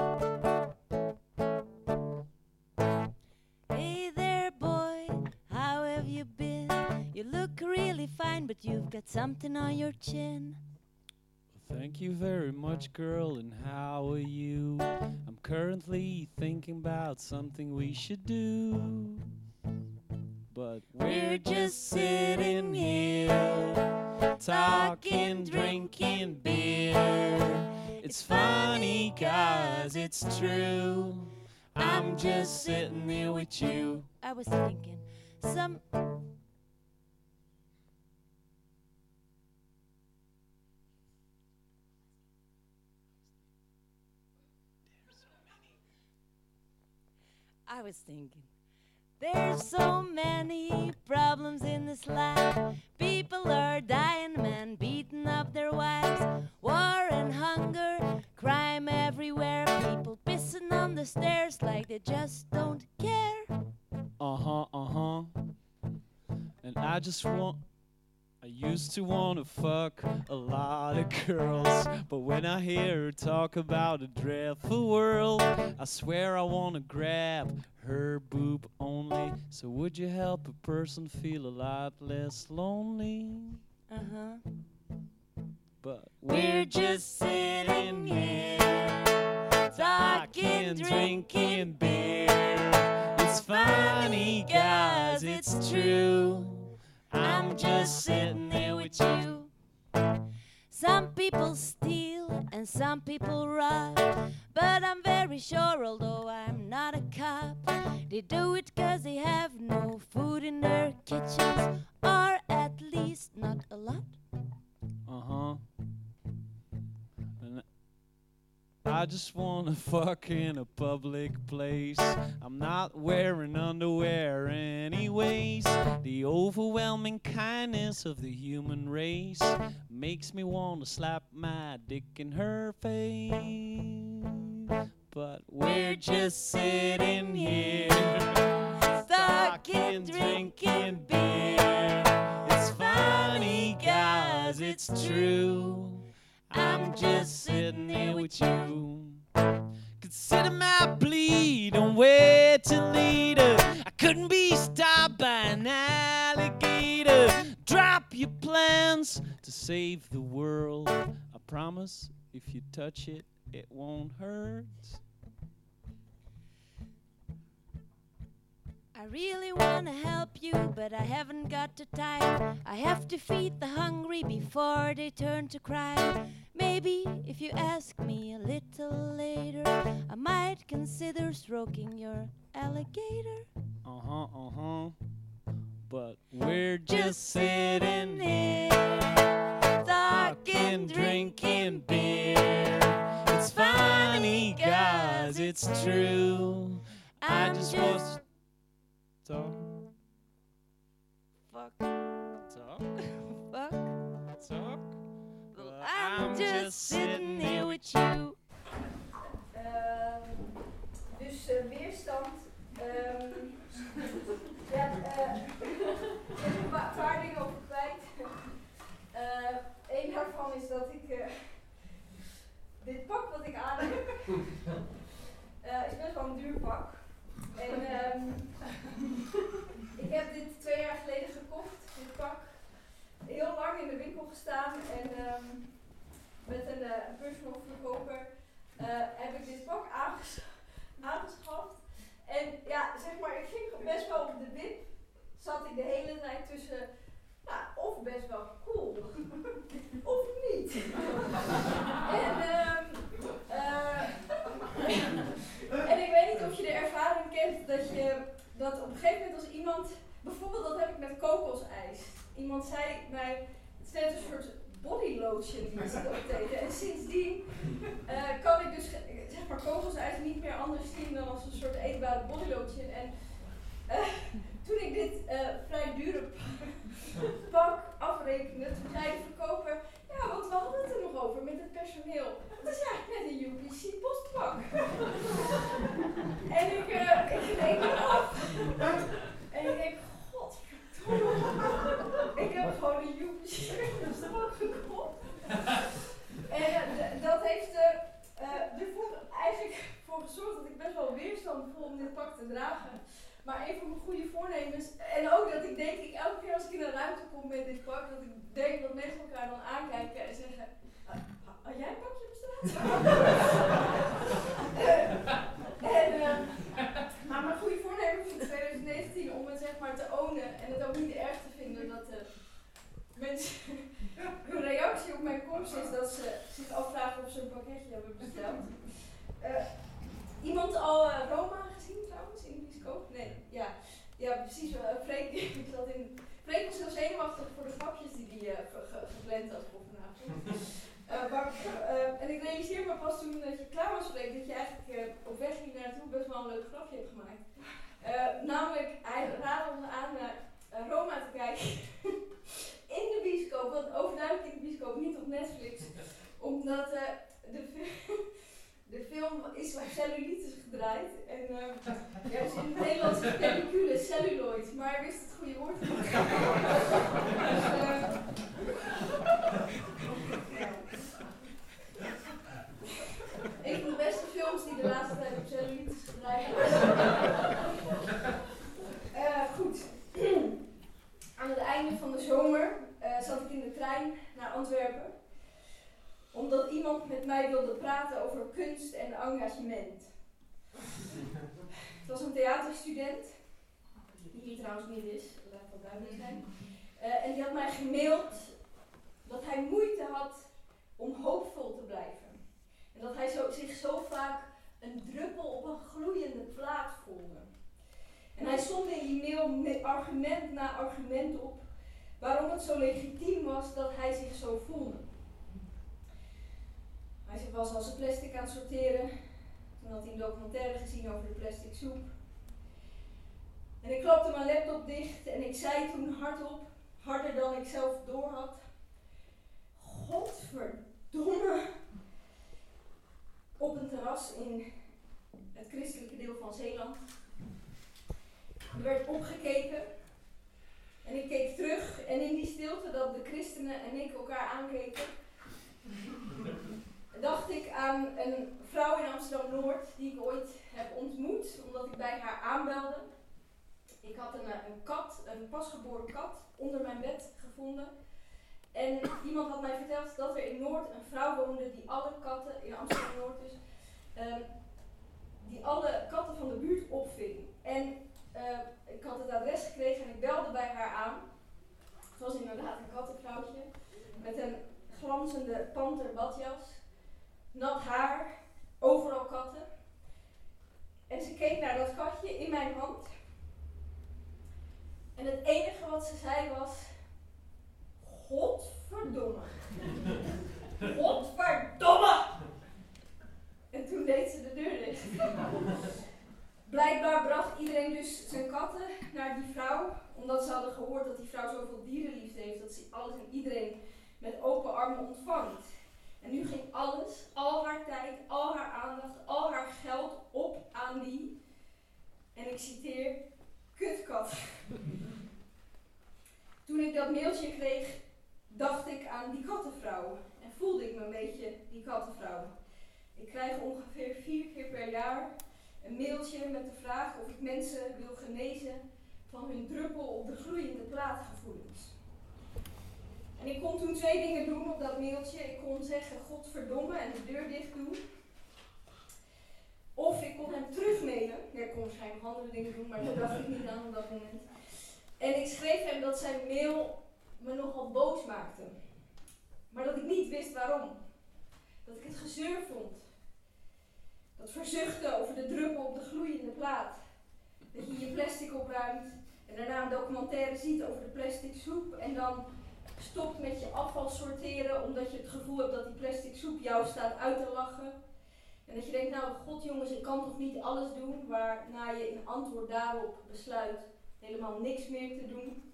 S10: Hey there boy, how have you been? You look really fine, but you've got something on your chin.
S11: Thank you very much, girl, and how are you? I'm currently thinking about something we should do. But we're just sitting here, talking, drinking beer. It's funny, cause it's true. I'm just sitting here with you.
S10: I was thinking, some... I was thinking, there's so many problems in this life. People are dying, men beating up their wives. War and hunger, crime everywhere. People pissing on the stairs like they just don't care.
S11: Uh-huh, uh-huh. And I just want... I used to wanna fuck a lot of girls, but when I hear her talk about a dreadful world, I swear I wanna grab her boob only. So would you help a person feel a lot less lonely?
S10: Uh-huh.
S11: But we're just sitting here, talking, drinking beer. It's funny, guys, it's true. I'm just sitting there with you.
S10: Some people steal and some people rob, but I'm very sure, although I'm not a cop, they do it cause they have no food in their kitchens, or at least not a lot.
S11: Uh-huh. And I just wanna fuck in a public place. I'm not wearing underwear anyways. The overwhelming kindness of the human race makes me wanna slap my dick in her face. But we're just sitting here, talking, drinking beer. It's funny, guys, it's true. I'm just sitting here with you. Consider my plea, don't wait till later. I couldn't be stopped by an alligator. Drop your plans to save the world. I promise if you touch it, it won't hurt.
S10: I really wanna help you, but I haven't got the time. I have to feed the hungry before they turn to crime. Maybe if you ask me a little later, I might consider stroking your alligator.
S11: Uh-huh, uh-huh. But we're just sitting here, talking, drinking beer. It's funny, guys, it's true. I just want to talk.
S10: Fuck.
S11: Talk.
S10: Fuck.
S11: Talk.
S10: Well, I'm just sitting here with you.
S3: Uh, dus uh, weerstand. Um, ja, uh, ik heb een paar, paar dingen over kwijt. Uh, Eén daarvan is dat ik uh, dit pak wat ik aan heb, uh, is best wel een duur pak. En um, ik heb dit twee jaar geleden gekocht, dit pak. Heel lang in de winkel gestaan en um, met een uh, personal verkoper uh, heb ik dit pak aanges aangeschaft. En ja, zeg maar, ik ging best wel op de wip. Zat ik de hele tijd tussen, nou, of best wel cool, of niet. en, um, uh, en ik weet niet of je de ervaring kent dat je, dat op een gegeven moment als iemand, bijvoorbeeld dat heb ik met kokosijs. Iemand zei mij, het is net een soort body lotion die ze ook deden. En sindsdien uh, kan ik dus zeg maar kogels eigenlijk niet meer anders zien dan als een soort eetbare body lotion. En uh, toen ik dit uh, vrij dure pak afrekende, toen zei de verkoper, ja, want we hadden het er nog over met het personeel. Dat is eigenlijk net een U P C postpak. En ik, uh, ik denk af. En ik denk, godverdomme. Ik heb gewoon een U P C postpak gekocht. En uh, d- dat heeft uh, uh, ervoor eigenlijk voor gezorgd dat ik best wel weerstand voel om dit pak te dragen. Maar een van mijn goede voornemens, en ook dat ik denk, ik elke keer als ik in een ruimte kom met dit pak, dat ik denk dat mensen elkaar dan aankijken en zeggen, had jij een pakje besteld? en, uh, maar mijn goede voornemen van twintig negentien om het zeg maar te ownen en het ook niet erg te vinden dat uh, mensen, hun reactie op mijn komst is dat ze zich afvragen of ze een pakketje hebben besteld. Uh, iemand al uh, Roma gezien trouwens in de bioscoop? Nee, ja. Ja, precies. Uh, Freek, ik zat in. Freek was heel zenuwachtig voor de grapjes die hij uh, ge- ge- gepland had voor vanavond. Uh, maar, uh, en ik realiseer me pas toen dat je klaar was, Freek, dat je eigenlijk uh, op weg ging naartoe best wel een leuk grapje hebt gemaakt. Uh, namelijk, hij raadde ons aan naar uh, Roma te kijken in de bioscoop, want overduidelijk in de bioscoop, niet op Netflix, omdat uh, de film. De film is waar cellulitis gedraaid en uh, ja, dus in het Nederlands is pellicule, celluloid, maar hij wist het goede woord niet. dus, uh, een van de beste films die de laatste tijd op cellulitis gedraaid is. Uh, goed. Aan het einde van de zomer uh, zat ik in de trein naar Antwerpen. Omdat iemand met mij wilde praten over kunst en engagement. Het was een theaterstudent, die hier trouwens niet is, dat laat wel duidelijk zijn. Uh, en die had mij gemaild dat hij moeite had om hoopvol te blijven. En dat hij zo, zich zo vaak een druppel op een gloeiende plaat voelde. En hij stond in die mail met argument na argument op waarom het zo legitiem was dat hij zich zo voelde. Hij was al zijn plastic aan het sorteren. Toen had hij een documentaire gezien over de plastic soep. En ik klapte mijn laptop dicht en ik zei toen hardop, harder dan ik zelf door had, godverdomme. Op een terras in het christelijke deel van Zeeland. Er werd opgekeken. En ik keek terug en in die stilte dat de christenen en ik elkaar aankeken, dacht ik aan een vrouw in Amsterdam-Noord die ik ooit heb ontmoet, omdat ik bij haar aanbelde. Ik had een, een kat, een pasgeboren kat, onder mijn bed gevonden. En iemand had mij verteld dat er in Noord een vrouw woonde die alle katten, in Amsterdam-Noord dus, um, die alle katten van de buurt opving. En uh, ik had het adres gekregen en ik belde bij haar aan. Het was inderdaad een kattenvrouwtje met een glanzende panterbadjas. Nat haar, overal katten. En ze keek naar dat katje in mijn hand. En het enige wat ze zei was, godverdomme. Godverdomme! En toen deed ze de deur dicht. Blijkbaar bracht iedereen dus zijn katten naar die vrouw, omdat ze hadden gehoord dat die vrouw zoveel dierenliefde heeft, dat ze alles en iedereen met open armen ontvangt. En nu ging alles, al haar tijd, al haar aandacht, al haar geld op aan die, en ik citeer, kutkat. Toen ik dat mailtje kreeg, dacht ik aan die kattenvrouw en voelde ik me een beetje die kattenvrouw. Ik krijg ongeveer vier keer per jaar een mailtje met de vraag of ik mensen wil genezen van hun druppel op de gloeiende plaat gevoelens. En ik kon toen twee dingen doen op dat mailtje. Ik kon zeggen godverdomme en de deur dicht doen. Of ik kon hem terugmailen. Ja, ik kon waarschijnlijk nog andere dingen doen, maar dat dacht ik niet aan op dat moment. En ik schreef hem dat zijn mail me nogal boos maakte. Maar dat ik niet wist waarom. Dat ik het gezeur vond. Dat verzuchten over de druppel op de gloeiende plaat. Dat je je plastic opruimt en daarna een documentaire ziet over de plastic soep en dan stopt met je afval sorteren omdat je het gevoel hebt dat die plastic soep jou staat uit te lachen. En dat je denkt, nou god jongens, ik kan toch niet alles doen, waarna je in antwoord daarop besluit helemaal niks meer te doen.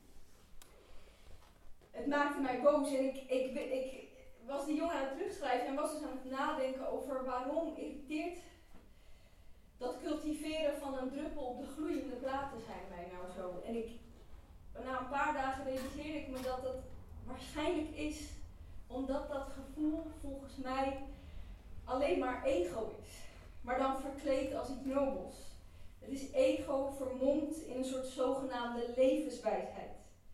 S3: Het maakte mij boos en ik, ik, ik was die jongen aan het terugschrijven en was dus aan het nadenken over waarom irriteert dat cultiveren van een druppel op de gloeiende platen zijn mij nou zo. En ik, na een paar dagen realiseerde ik me dat dat waarschijnlijk is omdat dat gevoel volgens mij alleen maar ego is, maar dan verkleed als iets nobels. Het is ego vermomd in een soort zogenaamde levenswijsheid.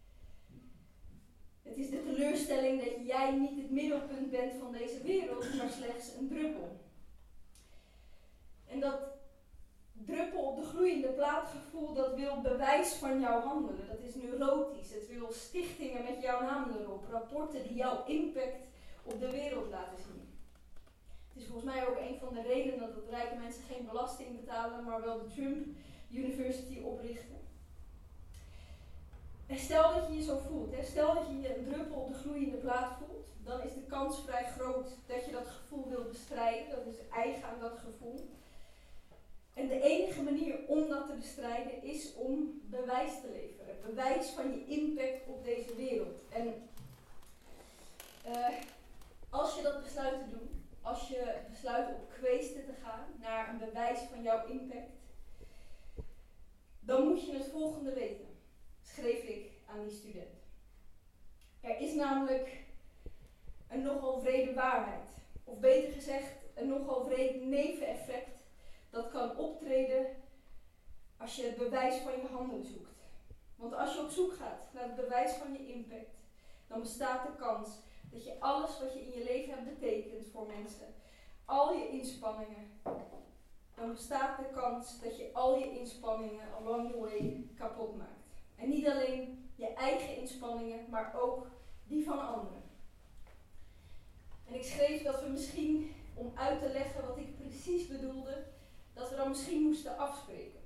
S3: Het is de teleurstelling dat jij niet het middelpunt bent van deze wereld, maar slechts een druppel. En dat druppel op de gloeiende plaat gevoel, dat wil bewijs van jouw handelen. Dat is neurotisch. Het wil stichtingen met jouw naam erop. Rapporten die jouw impact op de wereld laten zien. Het is volgens mij ook een van de redenen dat rijke mensen geen belasting betalen, maar wel de Trump University oprichten. En stel dat je je zo voelt, hè? Stel dat je je een druppel op de gloeiende plaat voelt, dan is de kans vrij groot dat je dat gevoel wilt bestrijden. Dat is eigen aan dat gevoel. En de enige manier om dat te bestrijden is om bewijs te leveren. Bewijs van je impact op deze wereld. En uh, als je dat besluit te doen, als je besluit op kweesten te gaan naar een bewijs van jouw impact, dan moet je het volgende weten, schreef ik aan die student. Er is namelijk een nogal wrede waarheid, of beter gezegd, een nogal wrede neveneffect dat kan optreden als je het bewijs van je handen zoekt. Want als je op zoek gaat naar het bewijs van je impact, dan bestaat de kans dat je alles wat je in je leven hebt betekend voor mensen, al je inspanningen, dan bestaat de kans dat je al je inspanningen along the way kapot maakt. En niet alleen je eigen inspanningen, maar ook die van anderen. En ik schreef dat we misschien, om uit te leggen wat ik precies bedoelde, dat we dan misschien moesten afspreken.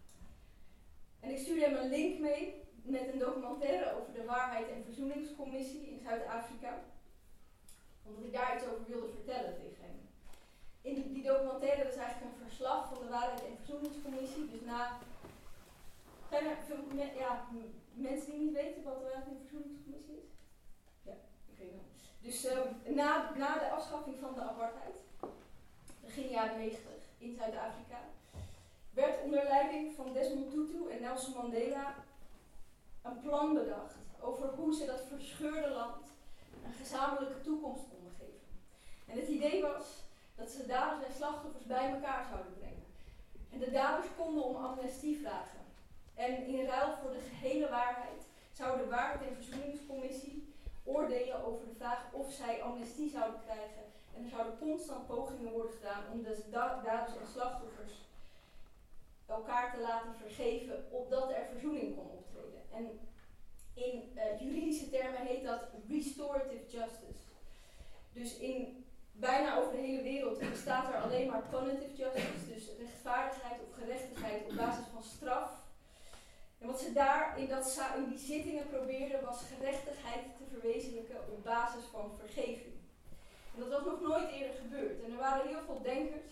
S3: En ik stuurde hem een link mee met een documentaire over de Waarheid en Verzoeningscommissie in Zuid-Afrika. Omdat ik daar iets over wilde vertellen tegen hem. In die, die documentaire, dat is eigenlijk een verslag van de Waarheid en Verzoeningscommissie. Dus na... Zijn er veel me, ja, mensen die niet weten wat de Waarheid en Verzoeningscommissie is? Ja, ik weet het. Dus uh, na, na de afschaffing van de apartheid, begin jaren negentig, in Zuid-Afrika, werd onder leiding van Desmond Tutu en Nelson Mandela een plan bedacht over hoe ze dat verscheurde land een gezamenlijke toekomst konden geven. En het idee was dat ze daders en slachtoffers bij elkaar zouden brengen. En de daders konden om amnestie vragen. En in ruil voor de gehele waarheid zou de Waarheid en Verzoeningscommissie oordelen over de vraag of zij amnestie zouden krijgen. En er zouden constant pogingen worden gedaan om de daders en slachtoffers elkaar te laten vergeven, opdat er verzoening kon optreden. En in uh, juridische termen heet dat restorative justice. Dus in bijna over de hele wereld bestaat er alleen maar punitive justice, dus rechtvaardigheid of gerechtigheid op basis van straf. En wat ze daar in, dat, in die zittingen probeerden was gerechtigheid te verwezenlijken op basis van vergeving. En dat was nog nooit eerder gebeurd. En er waren heel veel denkers,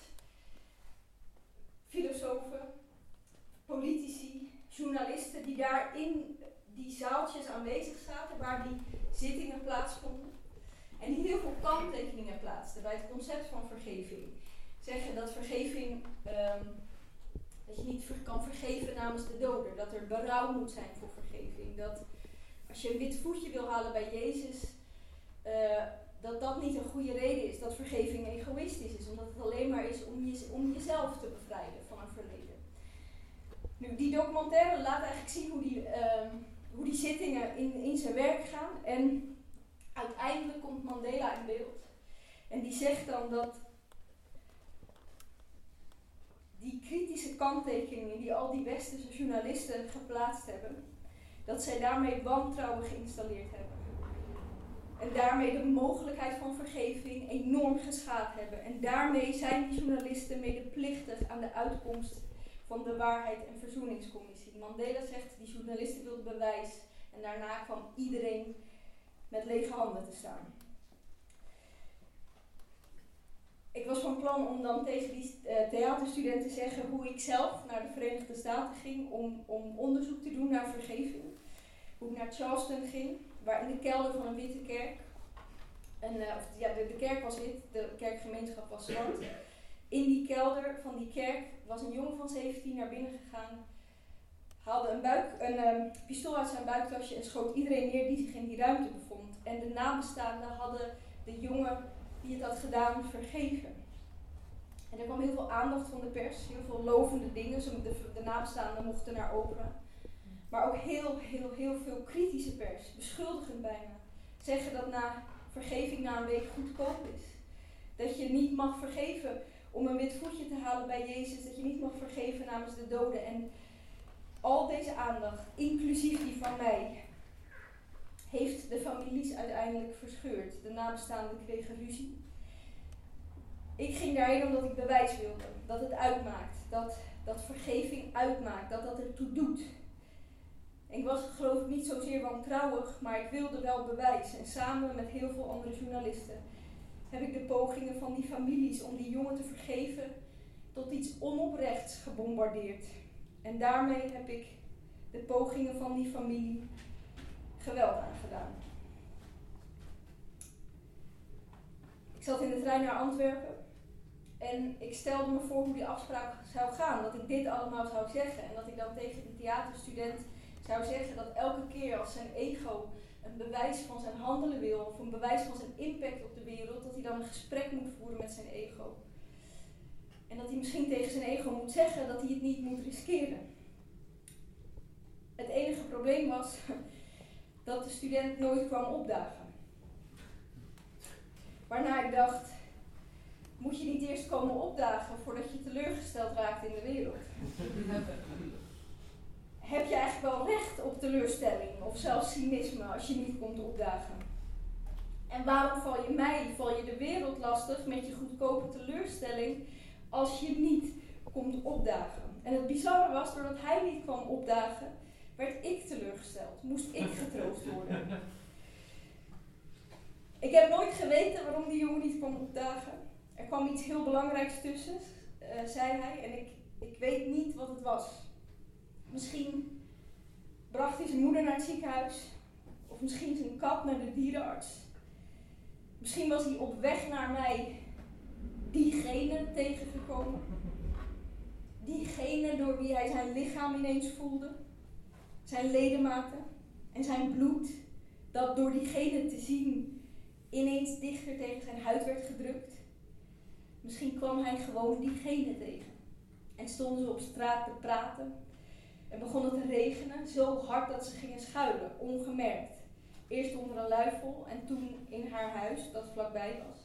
S3: filosofen, politici, journalisten die daar in die zaaltjes aanwezig zaten waar die zittingen plaatsvonden. En die heel veel kanttekeningen plaatsten bij het concept van vergeving. Zeggen dat vergeving, um, dat je niet ver- kan vergeven namens de doder. Dat er berouw moet zijn voor vergeving. Dat als je een wit voetje wil halen bij Jezus, uh, dat dat niet een goede reden is. Dat vergeving egoïstisch is. Omdat het alleen maar is om, je, om jezelf te bevrijden van een verleden. Nu, die documentaire laat eigenlijk zien hoe die, uh, hoe die zittingen in, in zijn werk gaan. En uiteindelijk komt Mandela in beeld. En die zegt dan dat die kritische kanttekeningen die al die westerse journalisten geplaatst hebben, dat zij daarmee wantrouwen geïnstalleerd hebben. En daarmee de mogelijkheid van vergeving enorm geschaad hebben. En daarmee zijn die journalisten medeplichtig aan de uitkomst van de Waarheid en Verzoeningscommissie. Mandela zegt, die journalisten wilden bewijs. En daarna kwam iedereen met lege handen te staan. Ik was van plan om dan tegen die uh, theaterstudent te zeggen hoe ik zelf naar de Verenigde Staten ging om, om onderzoek te doen naar vergeving. Hoe ik naar Charleston ging, waar in de kelder van een witte kerk, en, uh, of, ja, de, de kerk was wit, de kerkgemeenschap was zwart. In die kelder van die kerk was een jongen van zeventien naar binnen gegaan, haalde een, buik, een um, pistool uit zijn buiktasje en schoot iedereen neer die zich in die ruimte bevond. En de nabestaanden hadden de jongen die het had gedaan vergeven. En er kwam heel veel aandacht van de pers, heel veel lovende dingen, de, de nabestaanden mochten naar opera. Maar ook heel, heel, heel veel kritische pers, beschuldigend bijna. Zeggen dat na vergeving na een week goedkoop is. Dat je niet mag vergeven om een wit voetje te halen bij Jezus, dat je niet mag vergeven namens de doden. En al deze aandacht, inclusief die van mij, heeft de families uiteindelijk verscheurd. De nabestaanden kregen ruzie. Ik ging daarheen omdat ik bewijs wilde. Dat het uitmaakt. Dat, dat vergeving uitmaakt. Dat dat ertoe doet. Ik was geloof ik niet zozeer wantrouwig, maar ik wilde wel bewijs. En samen met heel veel andere journalisten heb ik de pogingen van die families om die jongen te vergeven tot iets onoprechts gebombardeerd. En daarmee heb ik de pogingen van die familie geweld aangedaan. Ik zat in de trein naar Antwerpen en ik stelde me voor hoe die afspraak zou gaan. Dat ik dit allemaal zou zeggen en dat ik dan tegen een theaterstudent zou zeggen dat elke keer als zijn ego een bewijs van zijn handelen wil of een bewijs van zijn impact op de wereld, dat hij dan een gesprek moet voeren met zijn ego. En dat hij misschien tegen zijn ego moet zeggen dat hij het niet moet riskeren. Het enige probleem was dat de student nooit kwam opdagen. Waarna ik dacht, moet je niet eerst komen opdagen voordat je teleurgesteld raakt in de wereld? Heb je eigenlijk wel recht op teleurstelling of zelfs cynisme als je niet komt opdagen? En waarom val je mij, val je de wereld lastig met je goedkope teleurstelling als je niet komt opdagen? En het bizarre was, doordat hij niet kwam opdagen, werd ik teleurgesteld. Moest ik getroost worden. Ik heb nooit geweten waarom die jongen niet kwam opdagen. Er kwam iets heel belangrijks tussen, uh, zei hij, en ik, ik weet niet wat het was. Misschien bracht hij zijn moeder naar het ziekenhuis, of misschien zijn kat naar de dierenarts. Misschien was hij op weg naar mij diegene tegengekomen. Diegene door wie hij zijn lichaam ineens voelde. Zijn ledematen en zijn bloed, dat door diegene te zien ineens dichter tegen zijn huid werd gedrukt. Misschien kwam hij gewoon diegene tegen. En stonden ze op straat te praten. En begon het te regenen, zo hard dat ze gingen schuilen, ongemerkt. Eerst onder een luifel en toen in haar huis, dat vlakbij was.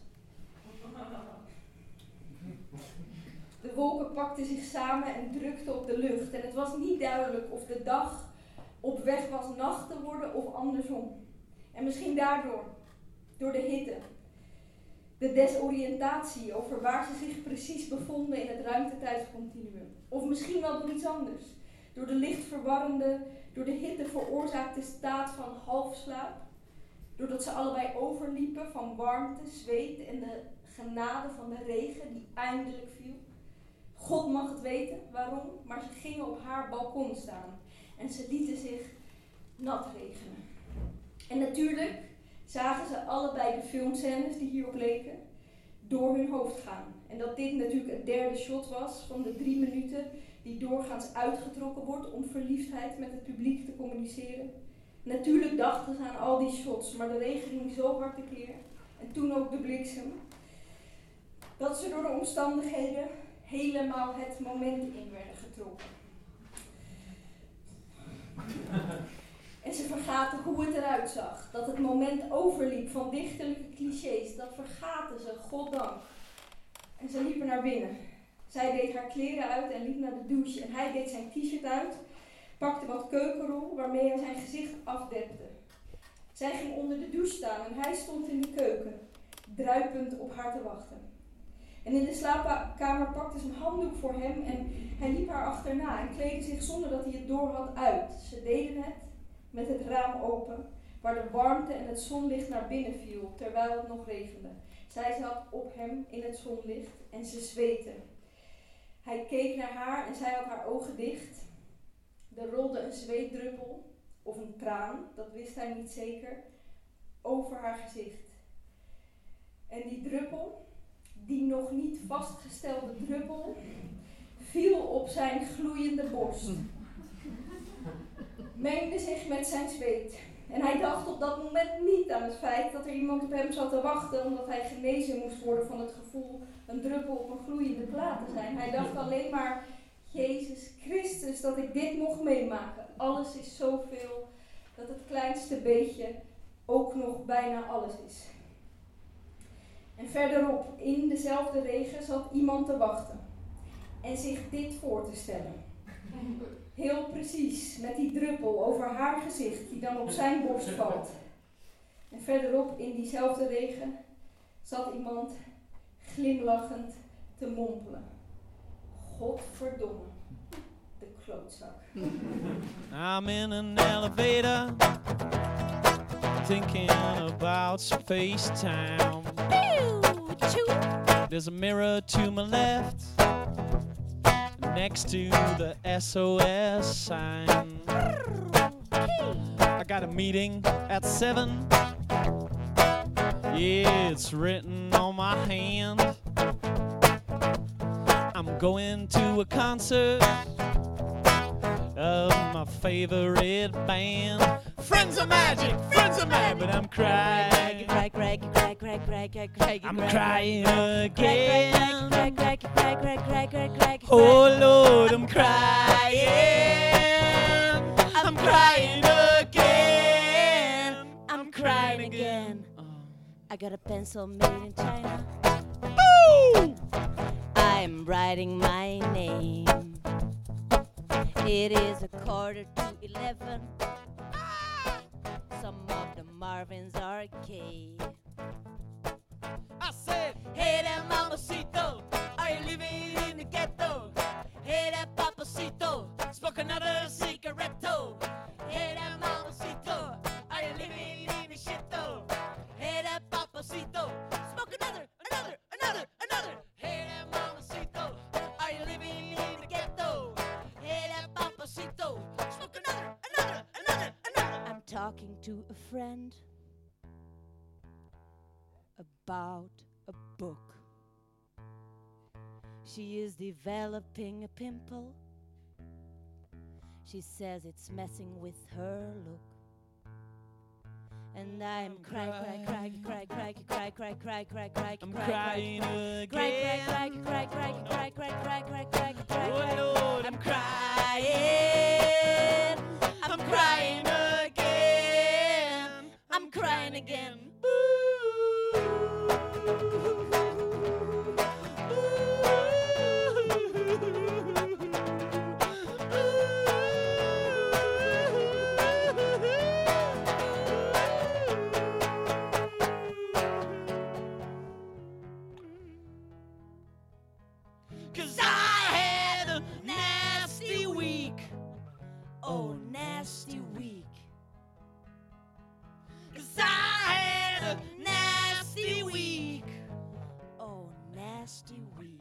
S3: De wolken pakten zich samen en drukten op de lucht. En het was niet duidelijk of de dag op weg was nacht te worden of andersom. En misschien daardoor, door de hitte. De desoriëntatie over waar ze zich precies bevonden in het ruimtetijdscontinuum. Of misschien wel door iets anders. Door de lichtverwarrende, door de hitte veroorzaakte staat van halfslaap. Doordat ze allebei overliepen van warmte, zweet en de genade van de regen die eindelijk viel. God mag het weten waarom, maar ze gingen op haar balkon staan. En ze lieten zich nat regenen. En natuurlijk zagen ze allebei de filmscènes die hierop leken door hun hoofd gaan. En dat dit natuurlijk het derde shot was van de drie minuten die doorgaans uitgetrokken wordt om verliefdheid met het publiek te communiceren. Natuurlijk dachten ze aan al die shots, maar de regen ging zo hard tekeer, en toen ook de bliksem, dat ze door de omstandigheden helemaal het moment in werden getrokken. En ze vergaten hoe het eruit zag. Dat het moment overliep van dichterlijke clichés. Dat vergaten ze, goddank. En ze liepen naar binnen. Zij deed haar kleren uit en liep naar de douche. En hij deed zijn t-shirt uit, pakte wat keukenrol waarmee hij zijn gezicht afdekte. Zij ging onder de douche staan en hij stond in de keuken, druipend op haar te wachten. En in de slaapkamer pakte ze een handdoek voor hem en hij liep haar achterna en kleedde zich zonder dat hij het door had uit. Ze deden het met het raam open, waar de warmte en het zonlicht naar binnen viel, terwijl het nog regende. Zij zat op hem in het zonlicht en ze zweette. Hij keek naar haar en zij had haar ogen dicht. Er rolde een zweetdruppel, of een traan, dat wist hij niet zeker, over haar gezicht. En die druppel, die nog niet vastgestelde druppel, viel op zijn gloeiende borst. Mengde zich met zijn zweet. En hij dacht op dat moment niet aan het feit dat er iemand op hem zat te wachten, omdat hij genezen moest worden van het gevoel een druppel op een gloeiende plaat te zijn. Hij dacht alleen maar, Jezus Christus, dat ik dit mocht meemaken. Alles is zoveel dat het kleinste beetje ook nog bijna alles is. En verderop, in dezelfde regen, zat iemand te wachten. En zich dit voor te stellen. Heel precies, met die druppel over haar gezicht die dan op zijn borst valt. En verderop, in diezelfde regen, zat iemand glimlachend te mompelen. Godverdomme, de klootzak.
S11: I'm in an elevator, thinking about space time. There's a mirror to my left, next to the S O S sign. I got a meeting at seven. Yeah, it's written on my hand. I'm going to a concert of my favorite band. Friends of magic, friends of magic, but I'm crying.
S10: Cry, cry, cry, cry, cry, cry, cry,
S11: I'm crying again.
S10: Cry, cry, cry, cry, cry, cry, cry.
S11: Oh Lord, I'm crying. I'm crying again.
S10: I'm crying again. I got a pencil made in China.
S11: Boo!
S10: I'm writing my name. It is a quarter to eleven. Some of the Marvin's Arcade.
S11: I said, hey there, mamacito, are you living in the ghetto? Hey there, papacito, smoke another cigaretto. Hey there, mamacito, are you living in the shitto? Hey there, papacito, smoke another, another, another, another. Hey there, mamacito, are you living in the ghetto? Hey there, papacito, smoke another, another, another, another.
S10: I'm talking to a friend about a book. She is developing a pimple. She says it's messing with her look. And I'm crying, crying, crying, crying, crying, crying, crying, crying, crying, crying,
S11: I'm crying again.
S10: crying, crying, crying, crying, crying, crying, crying, crying, crying, crying.
S11: Oh Lord, I'm crying. I'm crying again.
S10: I'm crying again.
S11: Cause I had a nasty week.
S10: Oh, nasty week.
S11: Cause I had a nasty week.
S10: Oh, nasty week.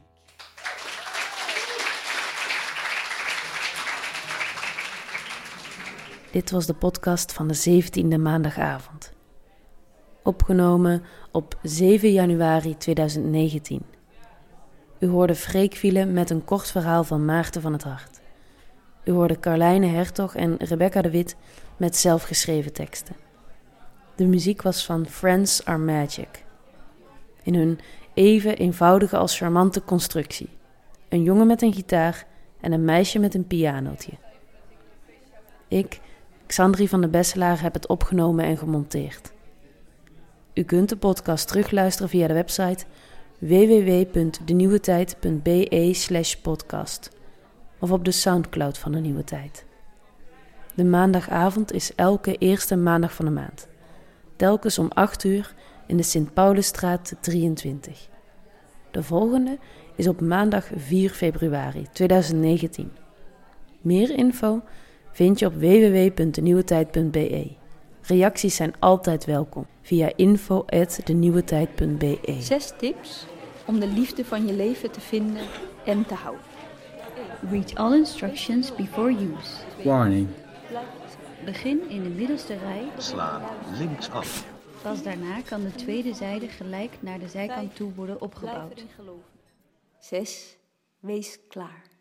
S8: Dit was de podcast van de zeventiende maandagavond. Opgenomen op zeven januari tweeduizend negentien. U hoorde Freek Wielen met een kort verhaal van Maarten van het Hart. U hoorde Carlijne Hertog en Rebecca de Wit met zelfgeschreven teksten. De muziek was van Friends Are Magic. In hun even eenvoudige als charmante constructie. Een jongen met een gitaar en een meisje met een pianootje. Ik, Xandri van de Besselaar, heb het opgenomen en gemonteerd. U kunt de podcast terugluisteren via de website w w w punt de nieuwe tijd punt b e slash podcast of op de Soundcloud van De Nieuwe Tijd. De maandagavond is elke eerste maandag van de maand. Telkens om acht uur in de Sint-Paulusstraat drieëntwintig. De volgende is op maandag vier februari tweeduizend negentien. Meer info vind je op w w w punt de nieuwe tijd punt b e. Reacties zijn altijd welkom via info at denieuwetijd punt b e.
S12: Zes tips om de liefde van je leven te vinden en te houden.
S13: Read all instructions before use.
S1: Warning.
S13: Begin in de middelste rij.
S2: Sla linksaf.
S13: Pas daarna kan de tweede zijde gelijk naar de zijkant toe worden opgebouwd.
S12: Zes. Wees klaar.